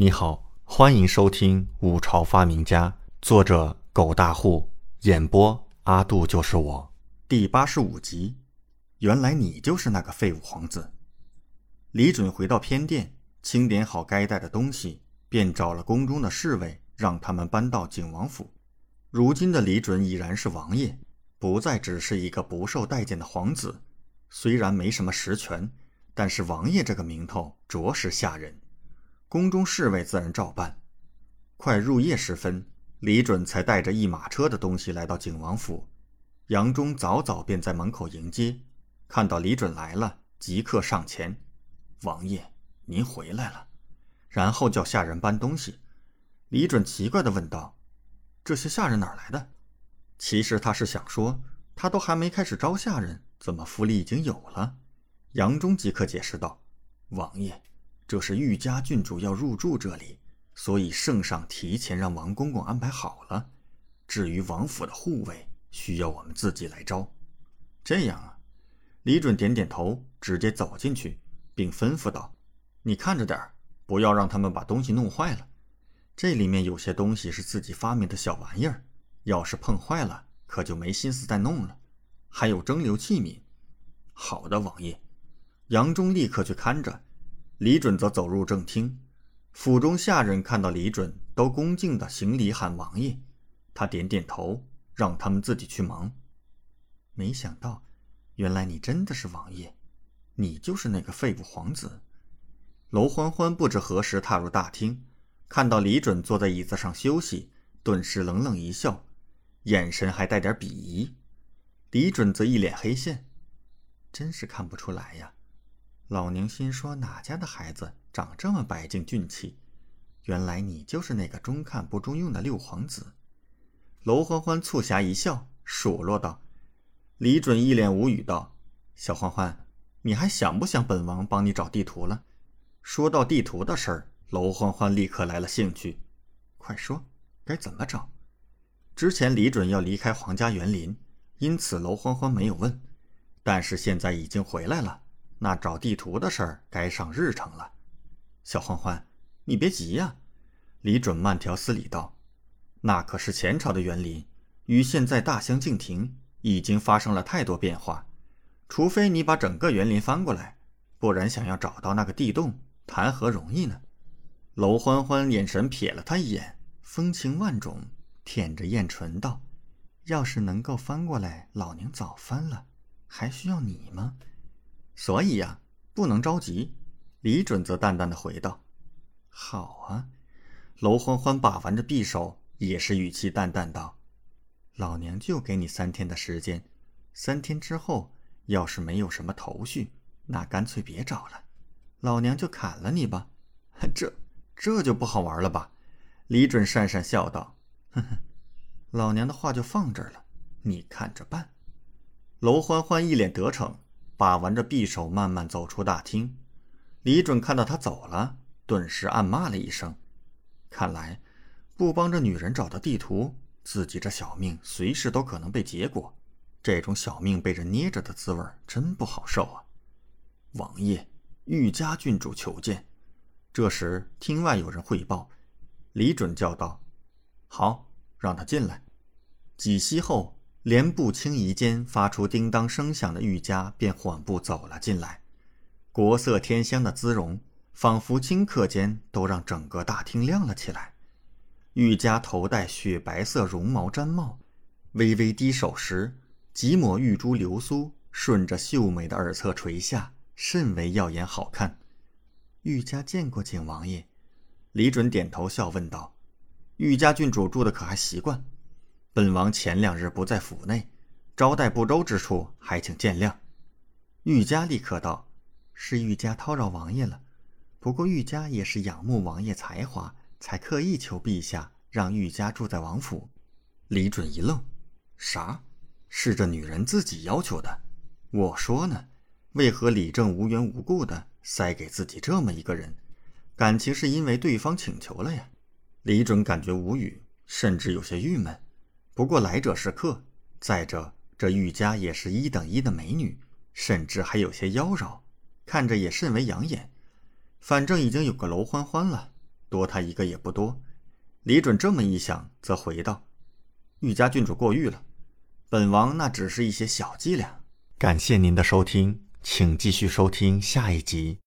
你好，欢迎收听《五朝发明家》，作者狗大户，演播阿杜就是我，第85集。原来你就是那个废物皇子。李准回到偏殿，清点好该带的东西，便找了宫中的侍卫，让他们搬到景王府。如今的李准已然是王爷，不再只是一个不受待见的皇子。虽然没什么实权，但是王爷这个名头着实吓人。宫中侍卫自然照办。快入夜时分，李准才带着一马车的东西来到景王府。杨忠早早便在门口迎接，看到李准来了，即刻上前：“王爷，您回来了。”然后叫下人搬东西。李准奇怪地问道：“这些下人哪儿来的？”其实他是想说，他都还没开始招下人，怎么府里已经有了？杨忠即刻解释道：“王爷，这是玉家郡主要入住这里，所以圣上提前让王公公安排好了。至于王府的护卫，需要我们自己来招。”这样啊。李准点点头，直接走进去，并吩咐道：“你看着点儿，不要让他们把东西弄坏了。这里面有些东西是自己发明的小玩意儿，要是碰坏了，可就没心思再弄了。还有蒸馏器皿。”“好的，王爷。”杨忠立刻去看着。李准则走入正厅，府中下人看到李准，都恭敬地行礼喊王爷。他点点头，让他们自己去忙。没想到，原来你真的是王爷，你就是那个废物皇子。娄欢欢不知何时踏入大厅，看到李准坐在椅子上休息，顿时冷冷一笑，眼神还带点鄙夷。李准则一脸黑线：“真是看不出来呀。老娘心说哪家的孩子长这么白净俊气，原来你就是那个中看不中用的六皇子。”娄欢欢促狭一笑，数落道。李准一脸无语道：“小欢欢，你还想不想本王帮你找地图了？”说到地图的事儿，娄欢欢立刻来了兴趣：“快说，该怎么找？”之前李准要离开皇家园林，因此娄欢欢没有问，但是现在已经回来了，那找地图的事儿该上日程了。小欢欢，你别急呀。李准慢条斯理道：“那可是前朝的园林，与现在大相径庭，已经发生了太多变化。除非你把整个园林翻过来，不然想要找到那个地洞，谈何容易呢？”娄欢欢眼神瞥了他一眼，风情万种，舔着艳唇道：“要是能够翻过来，老娘早翻了，还需要你吗？所以呀，不能着急。”李准则淡淡的回道：“好啊。”娄欢欢把玩着匕首，也是语气淡淡道：“老娘就给你3天的时间，3天之后，要是没有什么头绪，那干脆别找了，老娘就砍了你吧。”这就不好玩了吧？李准讪讪笑道：“呵呵，老娘的话就放这儿了，你看着办。”娄欢欢一脸得逞，把玩着匕首慢慢走出大厅。李准看到他走了，顿时暗骂了一声：“看来不帮着女人找到地图，自己这小命随时都可能被结果。这种小命被人捏着的滋味真不好受啊！”“王爷，玉家郡主求见。”这时厅外有人汇报，李准叫道：“好，让他进来。”几息后，连步轻移间发出叮当声响的玉家便缓步走了进来。国色天香的姿容，仿佛顷刻间都让整个大厅亮了起来。玉家头戴雪白色绒毛毡帽，微微低首时，几抹玉珠流苏顺着秀美的耳侧垂下，甚为耀眼好看。“玉家见过景王爷。”李准点头笑问道：“玉家郡主住的可还习惯？本王前2日不在府内，招待不周之处，还请见谅。”玉家立刻道：“是玉家叨扰王爷了，不过玉家也是仰慕王爷才华，才刻意求陛下让玉家住在王府。”李准一愣：“啥？是这女人自己要求的？我说呢，为何李正无缘无故的塞给自己这么一个人？感情是因为对方请求了呀？”李准感觉无语，甚至有些郁闷。不过来者是客，再者这玉家也是1等1的美女，甚至还有些妖娆，看着也甚为养眼。反正已经有个娄欢欢了， 多他一个也不多。李准这么一想，则回道：玉家郡主过誉了，本王那只是一些小伎俩。感谢您的收听，请继续收听下一集。